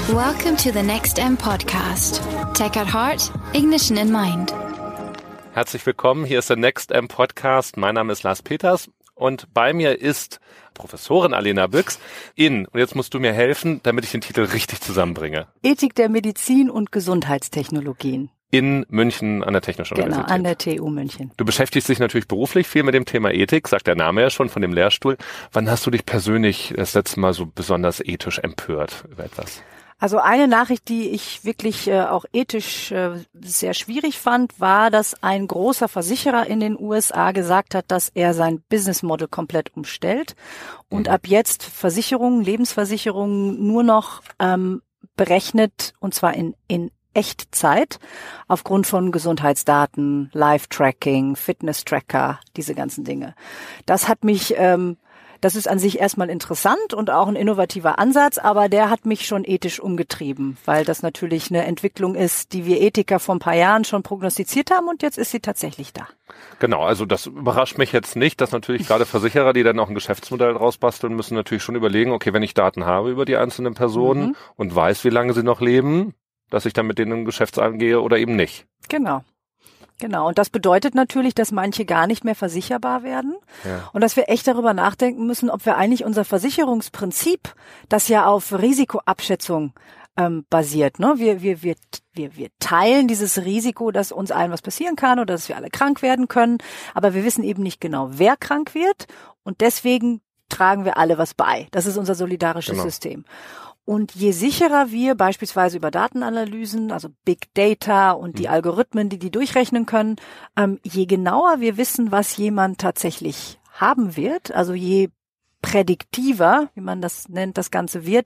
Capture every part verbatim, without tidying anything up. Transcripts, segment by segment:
Welcome to the Next M Podcast. Tech at Heart, Ignition in Mind. Herzlich willkommen, hier ist der Next M Podcast. Mein Name ist Lars Peters und bei mir ist Professorin Alena Büchs in, und jetzt musst du mir helfen, damit ich den Titel richtig zusammenbringe. Ethik der Medizin und Gesundheitstechnologien. In München an der Technischen genau, Universität. Genau, an der T U München. Du beschäftigst dich natürlich beruflich viel mit dem Thema Ethik, sagt der Name ja schon von dem Lehrstuhl. Wann hast du dich persönlich das letzte Mal so besonders ethisch empört über etwas? Also eine Nachricht, die ich wirklich äh, auch ethisch äh, sehr schwierig fand, war, dass ein großer Versicherer in den U S A gesagt hat, dass er sein Business Model komplett umstellt und mhm. ab jetzt Versicherungen, Lebensversicherungen nur noch ähm, berechnet, und zwar in in Echtzeit aufgrund von Gesundheitsdaten, Live-Tracking, Fitness-Tracker, diese ganzen Dinge. Das hat mich, ähm, das ist an sich erstmal interessant und auch ein innovativer Ansatz, aber der hat mich schon ethisch umgetrieben, weil das natürlich eine Entwicklung ist, die wir Ethiker vor ein paar Jahren schon prognostiziert haben und jetzt ist sie tatsächlich da. Genau, also das überrascht mich jetzt nicht, dass natürlich gerade Versicherer, die dann auch ein Geschäftsmodell rausbasteln müssen, natürlich schon überlegen, okay, wenn ich Daten habe über die einzelnen Personen mhm. und weiß, wie lange sie noch leben, dass ich dann mit denen ein Geschäft angehe oder eben nicht. Genau. Genau. Und das bedeutet natürlich, dass manche gar nicht mehr versicherbar werden. Ja. Und dass wir echt darüber nachdenken müssen, ob wir eigentlich unser Versicherungsprinzip, das ja auf Risikoabschätzung ähm, basiert, ne? Wir, wir, wir, wir, wir teilen dieses Risiko, dass uns allen was passieren kann oder dass wir alle krank werden können. Aber wir wissen eben nicht genau, wer krank wird. Und deswegen tragen wir alle was bei. Das ist unser solidarisches genau. System. Und je sicherer wir beispielsweise über Datenanalysen, also Big Data und die Algorithmen, die die durchrechnen können, ähm, je genauer wir wissen, was jemand tatsächlich haben wird, also je prädiktiver, wie man das nennt, das Ganze wird,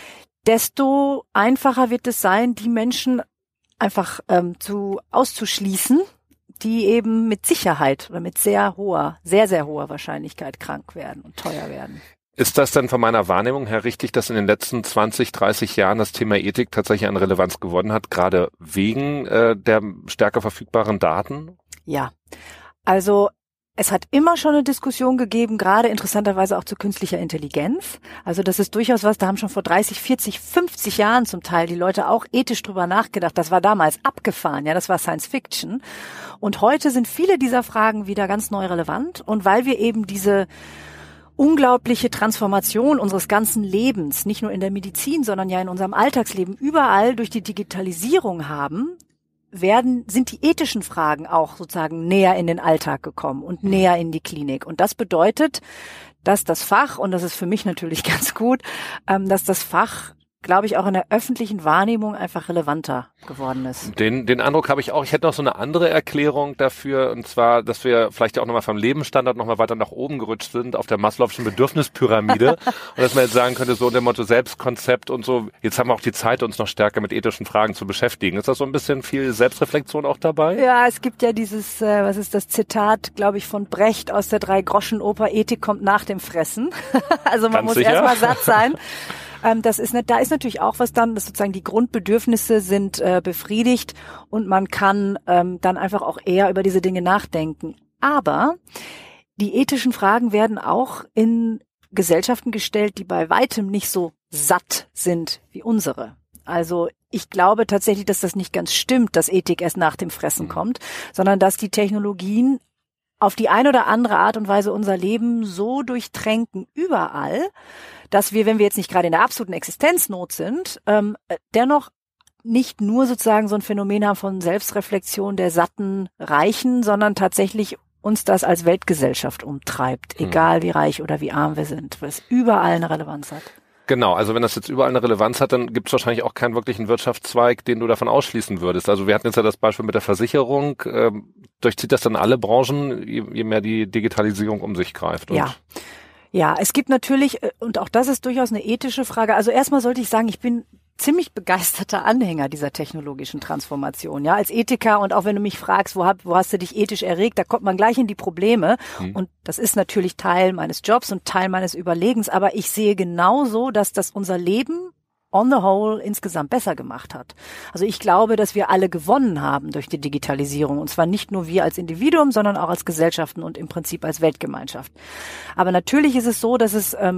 desto einfacher wird es sein, die Menschen einfach ähm, zu auszuschließen, die eben mit Sicherheit oder mit sehr hoher, sehr, sehr hoher Wahrscheinlichkeit krank werden und teuer werden. Ist das denn von meiner Wahrnehmung her richtig, dass in den letzten zwanzig, dreißig Jahren das Thema Ethik tatsächlich an Relevanz gewonnen hat, gerade wegen äh, der stärker verfügbaren Daten? Ja, also es hat immer schon eine Diskussion gegeben, gerade interessanterweise auch zu künstlicher Intelligenz. Also das ist durchaus was, da haben schon vor dreißig, vierzig, fünfzig Jahren zum Teil die Leute auch ethisch drüber nachgedacht. Das war damals abgefahren, ja, das war Science Fiction. Und heute sind viele dieser Fragen wieder ganz neu relevant. Und weil wir eben diese unglaubliche Transformation unseres ganzen Lebens, nicht nur in der Medizin, sondern ja in unserem Alltagsleben überall durch die Digitalisierung haben, werden, sind die ethischen Fragen auch sozusagen näher in den Alltag gekommen und näher in die Klinik. Und das bedeutet, dass das Fach, und das ist für mich natürlich ganz gut, ähm, dass das Fach, glaube ich, auch in der öffentlichen Wahrnehmung einfach relevanter geworden ist. Den, den Eindruck habe ich auch. Ich hätte noch so eine andere Erklärung dafür, und zwar, dass wir vielleicht auch nochmal vom Lebensstandard nochmal weiter nach oben gerutscht sind auf der Maslow'schen Bedürfnispyramide und dass man jetzt sagen könnte, so unter dem Motto Selbstkonzept und so, jetzt haben wir auch die Zeit, uns noch stärker mit ethischen Fragen zu beschäftigen. Ist das so ein bisschen viel Selbstreflexion auch dabei? Ja, es gibt ja dieses, äh, was ist das Zitat, glaube ich, von Brecht aus der Drei-Groschen-Oper, Ethik kommt nach dem Fressen. Also man Ganz muss sicher? erstmal satt sein. Ähm, das ist nicht, da ist natürlich auch was dann, dass sozusagen die Grundbedürfnisse sind äh, befriedigt und man kann ähm, dann einfach auch eher über diese Dinge nachdenken. Aber die ethischen Fragen werden auch in Gesellschaften gestellt, die bei weitem nicht so satt sind wie unsere. Also ich glaube tatsächlich, dass das nicht ganz stimmt, dass Ethik erst nach dem Fressen kommt, sondern dass die Technologien auf die eine oder andere Art und Weise unser Leben so durchtränken überall, dass wir, wenn wir jetzt nicht gerade in der absoluten Existenznot sind, ähm, dennoch nicht nur sozusagen so ein Phänomen haben von Selbstreflexion der satten Reichen, sondern tatsächlich uns das als Weltgesellschaft umtreibt, hm. egal wie reich oder wie arm wir sind, weil es überall eine Relevanz hat. Genau, also wenn das jetzt überall eine Relevanz hat, dann gibt es wahrscheinlich auch keinen wirklichen Wirtschaftszweig, den du davon ausschließen würdest. Also wir hatten jetzt ja das Beispiel mit der Versicherung. Ähm, durchzieht das dann alle Branchen, je, je mehr die Digitalisierung um sich greift? Und ja. Ja, es gibt natürlich, und auch das ist durchaus eine ethische Frage. Also erstmal sollte ich sagen, ich bin ziemlich begeisterter Anhänger dieser technologischen Transformation, ja, als Ethiker. Und auch wenn du mich fragst, wo, hab, wo hast du dich ethisch erregt, da kommt man gleich in die Probleme. Hm. Und das ist natürlich Teil meines Jobs und Teil meines Überlegens. Aber ich sehe genauso, dass das unser Leben on the whole insgesamt besser gemacht hat. Also ich glaube, dass wir alle gewonnen haben durch die Digitalisierung. Und zwar nicht nur wir als Individuum, sondern auch als Gesellschaften und im Prinzip als Weltgemeinschaft. Aber natürlich ist es so, dass es ähm,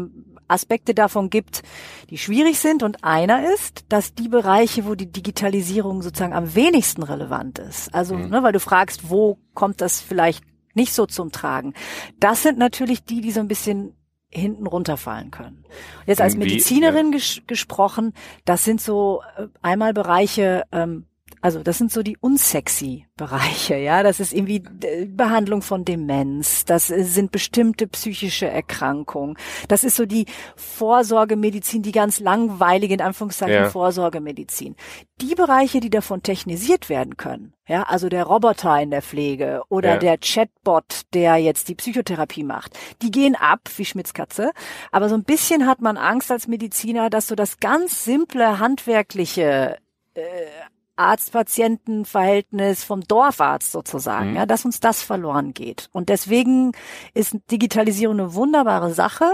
Aspekte davon gibt, die schwierig sind. Und einer ist, dass die Bereiche, wo die Digitalisierung sozusagen am wenigsten relevant ist, also mhm. ne, weil du fragst, wo kommt das vielleicht nicht so zum Tragen, das sind natürlich die, die so ein bisschen hinten runterfallen können. Jetzt als Medizinerin Wie, ja. ges- gesprochen, das sind so äh, einmal Bereiche, ähm, also das sind so die unsexy Bereiche, ja. Das ist irgendwie äh, Behandlung von Demenz, das äh, sind bestimmte psychische Erkrankungen, das ist so die Vorsorgemedizin, die ganz langweilige, in Anführungszeichen, ja. Vorsorgemedizin. Die Bereiche, die davon technisiert werden können, ja, also der Roboter in der Pflege oder ja. der Chatbot, der jetzt die Psychotherapie macht, die gehen ab wie Schmitz Katze. Aber so ein bisschen hat man Angst als Mediziner, dass so das ganz simple, handwerkliche äh, Arzt-Patienten-Verhältnis vom Dorfarzt sozusagen, mhm. ja, dass uns das verloren geht. Und deswegen ist Digitalisierung eine wunderbare Sache.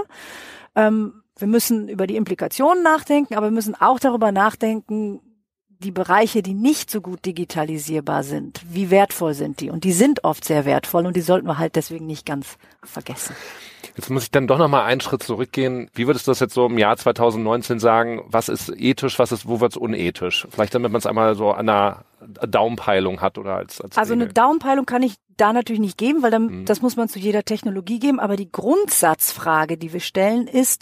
Ähm, wir müssen über die Implikationen nachdenken, aber wir müssen auch darüber nachdenken, die Bereiche, die nicht so gut digitalisierbar sind, wie wertvoll sind die? Und die sind oft sehr wertvoll und die sollten wir halt deswegen nicht ganz vergessen. Jetzt muss ich dann doch nochmal einen Schritt zurückgehen. Wie würdest du das jetzt so im Jahr zwanzig neunzehn sagen? Was ist ethisch, was ist, wo wird's unethisch? Vielleicht damit man es einmal so an einer Daumenpeilung hat oder als, als Also Regel. eine Daumenpeilung kann ich da natürlich nicht geben, weil dann, mhm. das muss man zu jeder Technologie geben. Aber die Grundsatzfrage, die wir stellen, ist,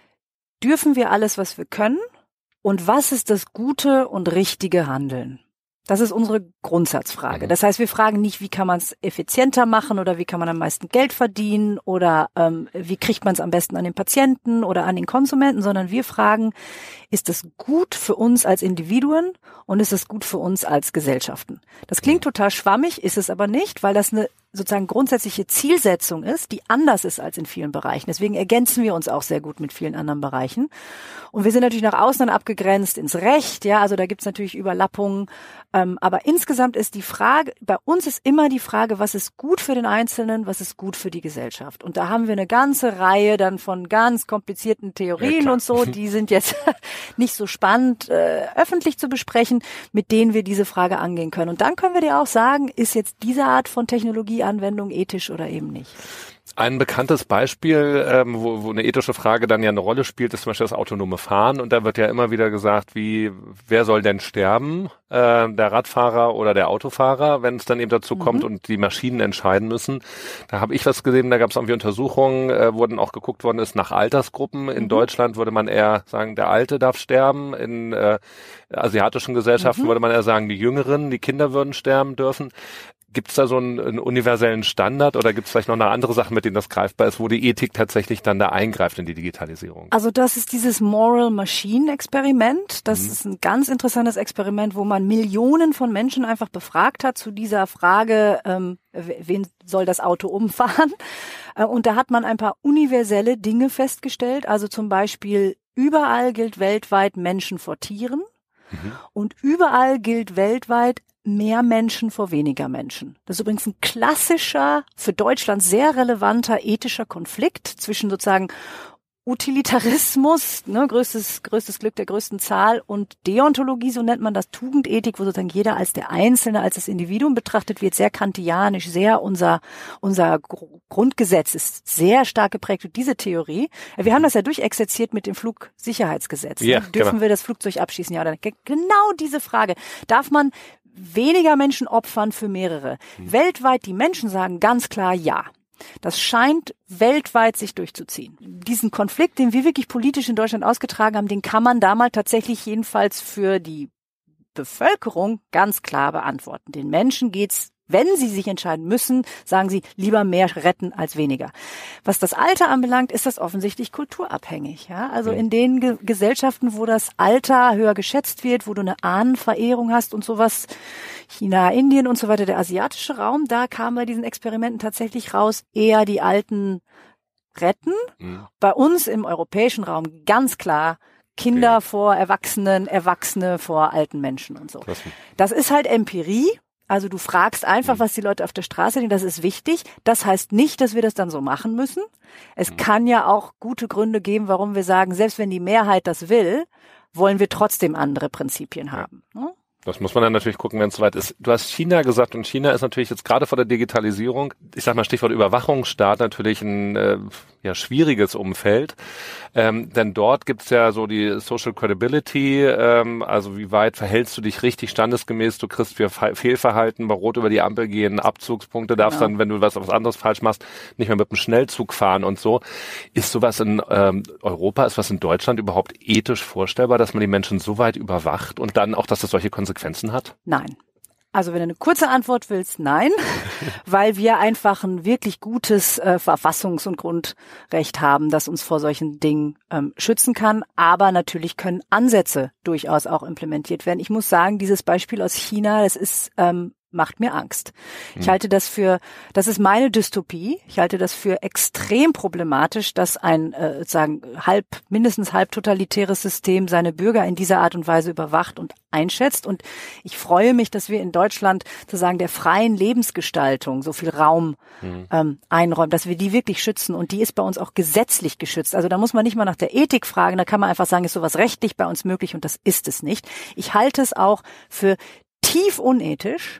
dürfen wir alles, was wir können? Und was ist das gute und richtige Handeln? Das ist unsere Grundsatzfrage. Mhm. Das heißt, wir fragen nicht, wie kann man es effizienter machen oder wie kann man am meisten Geld verdienen oder ähm, wie kriegt man es am besten an den Patienten oder an den Konsumenten, sondern wir fragen, ist es gut für uns als Individuen und ist es gut für uns als Gesellschaften? Das klingt total schwammig, ist es aber nicht, weil das eine sozusagen grundsätzliche Zielsetzung ist, die anders ist als in vielen Bereichen. Deswegen ergänzen wir uns auch sehr gut mit vielen anderen Bereichen. Und wir sind natürlich nach außen dann abgegrenzt ins Recht, ja, also da gibt's natürlich Überlappungen. Ähm, aber insgesamt ist die Frage, bei uns ist immer die Frage, was ist gut für den Einzelnen, was ist gut für die Gesellschaft? Und da haben wir eine ganze Reihe dann von ganz komplizierten Theorien ja, und so, die sind jetzt nicht so spannend äh, öffentlich zu besprechen, mit denen wir diese Frage angehen können. Und dann können wir dir auch sagen, ist jetzt diese Art von Technologieanwendung ethisch oder eben nicht? Ein bekanntes Beispiel, ähm, wo, wo eine ethische Frage dann ja eine Rolle spielt, ist zum Beispiel das autonome Fahren. Und da wird ja immer wieder gesagt, wie, wer soll denn sterben? Äh, der Radfahrer oder der Autofahrer, wenn es dann eben dazu mhm. kommt und die Maschinen entscheiden müssen. Da habe ich was gesehen, da gab es irgendwie Untersuchungen, äh, wurden auch geguckt worden ist nach Altersgruppen. In mhm. Deutschland würde man eher sagen, der Alte darf sterben. In äh, asiatischen Gesellschaften mhm. würde man eher sagen, die Jüngeren, die Kinder würden sterben dürfen. Gibt es da so einen, einen universellen Standard oder gibt es vielleicht noch eine andere Sache, mit denen das greifbar ist, wo die Ethik tatsächlich dann da eingreift in die Digitalisierung? Also das ist dieses Moral Machine Experiment. Das mhm. ist ein ganz interessantes Experiment, wo man Millionen von Menschen einfach befragt hat zu dieser Frage, ähm, wen soll das Auto umfahren? Und da hat man ein paar universelle Dinge festgestellt. Also zum Beispiel, überall gilt weltweit Menschen vor Tieren mhm. und überall gilt weltweit mehr Menschen vor weniger Menschen. Das ist übrigens ein klassischer, für Deutschland sehr relevanter ethischer Konflikt zwischen sozusagen Utilitarismus, ne, größtes, größtes Glück der größten Zahl, und Deontologie, so nennt man das, Tugendethik, wo sozusagen jeder als der Einzelne, als das Individuum betrachtet wird, sehr kantianisch, sehr unser, unser Grundgesetz ist sehr stark geprägt durch diese Theorie. Wir haben das ja durchexerziert mit dem Flugsicherheitsgesetz. Ja, ne? Dürfen genau. wir das Flugzeug abschießen? Ja oder nicht? Genau diese Frage. Darf man weniger Menschen opfern für mehrere? Hm. Weltweit, die Menschen sagen ganz klar ja. Das scheint weltweit sich durchzuziehen. Diesen Konflikt, den wir wirklich politisch in Deutschland ausgetragen haben, den kann man damals tatsächlich jedenfalls für die Bevölkerung ganz klar beantworten. Den Menschen geht's, wenn sie sich entscheiden müssen, sagen sie, lieber mehr retten als weniger. Was das Alter anbelangt, ist das offensichtlich kulturabhängig. Ja? Also in den Ge- Gesellschaften, wo das Alter höher geschätzt wird, wo du eine Ahnenverehrung hast und sowas, China, Indien und so weiter, der asiatische Raum, da kam bei diesen Experimenten tatsächlich raus, eher die Alten retten. Mhm. Bei uns im europäischen Raum ganz klar Kinder okay. vor Erwachsenen, Erwachsene vor alten Menschen und so. Krass. Das ist halt Empirie. Also du fragst einfach, was die Leute auf der Straße denken, das ist wichtig. Das heißt nicht, dass wir das dann so machen müssen. Es mhm. kann ja auch gute Gründe geben, warum wir sagen, selbst wenn die Mehrheit das will, wollen wir trotzdem andere Prinzipien haben. Ja. Das muss man dann natürlich gucken, wenn es soweit ist. Du hast China gesagt und China ist natürlich jetzt gerade vor der Digitalisierung, ich sag mal Stichwort Überwachungsstaat, natürlich ein, äh, ja schwieriges Umfeld. Ähm, denn dort gibt's ja so die Social Credibility, ähm, also wie weit verhältst du dich richtig standesgemäß, du kriegst für Fe- Fehlverhalten bei Rot über die Ampel gehen, Abzugspunkte, darfst Genau. dann, wenn du was, was anderes falsch machst, nicht mehr mit dem Schnellzug fahren und so. Ist sowas in ähm, Europa, ist was in Deutschland überhaupt ethisch vorstellbar, dass man die Menschen so weit überwacht und dann auch, dass das solche Konsequenzen hat? Nein. Also wenn du eine kurze Antwort willst, nein, weil wir einfach ein wirklich gutes äh, Verfassungs- und Grundrecht haben, das uns vor solchen Dingen ähm, schützen kann. Aber natürlich können Ansätze durchaus auch implementiert werden. Ich muss sagen, dieses Beispiel aus China, das ist ähm, macht mir Angst. Ich hm. halte das für, das ist meine Dystopie. Ich halte das für extrem problematisch, dass ein äh, sagen halb mindestens halb totalitäres System seine Bürger in dieser Art und Weise überwacht und einschätzt. Und ich freue mich, dass wir in Deutschland sozusagen der freien Lebensgestaltung so viel Raum hm. ähm, einräumen, dass wir die wirklich schützen. Und die ist bei uns auch gesetzlich geschützt. Also da muss man nicht mal nach der Ethik fragen. Da kann man einfach sagen, ist sowas rechtlich bei uns möglich, und das ist es nicht. Ich halte es auch für tief unethisch.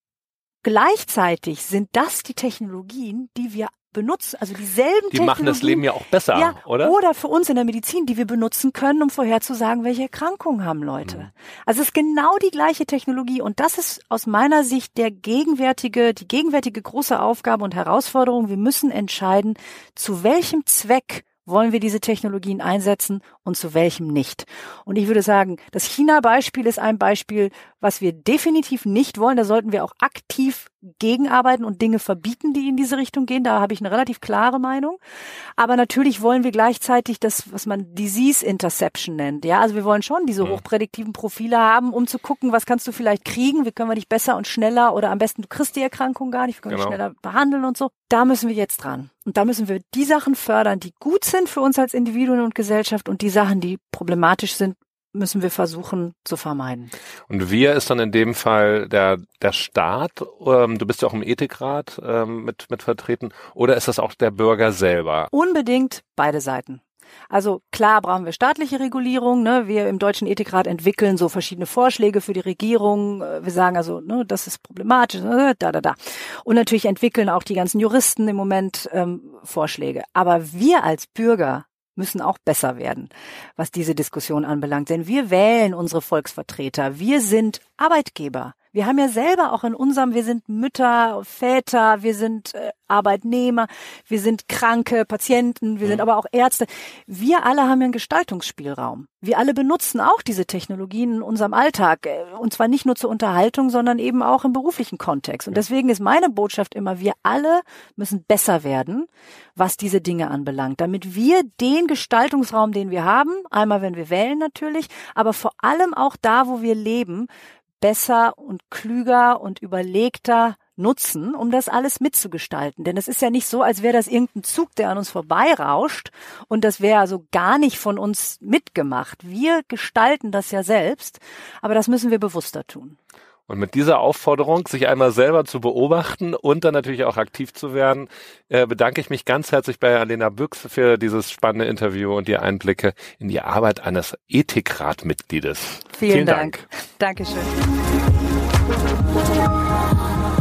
Gleichzeitig sind das die Technologien, die wir benutzen, also dieselben die Technologien. Die machen das Leben ja auch besser, ja, oder? Oder für uns in der Medizin, die wir benutzen können, um vorherzusagen, welche Erkrankungen haben Leute. Mhm. Also es ist genau die gleiche Technologie, und das ist aus meiner Sicht der gegenwärtige, die gegenwärtige große Aufgabe und Herausforderung. Wir müssen entscheiden, zu welchem Zweck wollen wir diese Technologien einsetzen und zu welchem nicht. Und ich würde sagen, das China-Beispiel ist ein Beispiel, was wir definitiv nicht wollen. Da sollten wir auch aktiv gegenarbeiten und Dinge verbieten, die in diese Richtung gehen. Da habe ich eine relativ klare Meinung. Aber natürlich wollen wir gleichzeitig das, was man Disease Interception nennt. Ja, also wir wollen schon diese hochprädiktiven Profile haben, um zu gucken, was kannst du vielleicht kriegen, wie können wir dich besser und schneller, oder am besten du kriegst die Erkrankung gar nicht, wie können wir genau. schneller behandeln und so. Da müssen wir jetzt dran. Und da müssen wir die Sachen fördern, die gut sind für uns als Individuen und Gesellschaft, und die Sachen, die problematisch sind, müssen wir versuchen zu vermeiden. Und wir ist dann in dem Fall der der Staat, ähm, du bist ja auch im Ethikrat ähm, mit mit vertreten, oder ist das auch der Bürger selber? Unbedingt beide Seiten. Also klar brauchen wir staatliche Regulierung, ne? Wir im Deutschen Ethikrat entwickeln so verschiedene Vorschläge für die Regierung. Wir sagen also, ne, das ist problematisch, ne, da, da, da. Und natürlich entwickeln auch die ganzen Juristen im Moment ähm, Vorschläge. Aber wir als Bürger müssen auch besser werden, was diese Diskussion anbelangt. Denn wir wählen unsere Volksvertreter. Wir sind Arbeitgeber. Wir haben ja selber auch in unserem, wir sind Mütter, Väter, wir sind äh, Arbeitnehmer, wir sind kranke Patienten, wir sind aber auch Ärzte. Wir alle haben ja einen Gestaltungsspielraum. Wir alle benutzen auch diese Technologien in unserem Alltag. Und zwar nicht nur zur Unterhaltung, sondern eben auch im beruflichen Kontext. Und deswegen ist meine Botschaft immer, wir alle müssen besser werden, was diese Dinge anbelangt. Damit wir den Gestaltungsraum, den wir haben, einmal wenn wir wählen natürlich, aber vor allem auch da, wo wir leben, besser und klüger und überlegter nutzen, um das alles mitzugestalten. Denn es ist ja nicht so, als wäre das irgendein Zug, der an uns vorbeirauscht, und das wäre also gar nicht von uns mitgemacht. Wir gestalten das ja selbst, aber das müssen wir bewusster tun. Und mit dieser Aufforderung, sich einmal selber zu beobachten und dann natürlich auch aktiv zu werden, äh, bedanke ich mich ganz herzlich bei Alena Büchs für dieses spannende Interview und die Einblicke in die Arbeit eines Ethikratmitgliedes. Vielen, Vielen Dank. Dank. Dankeschön.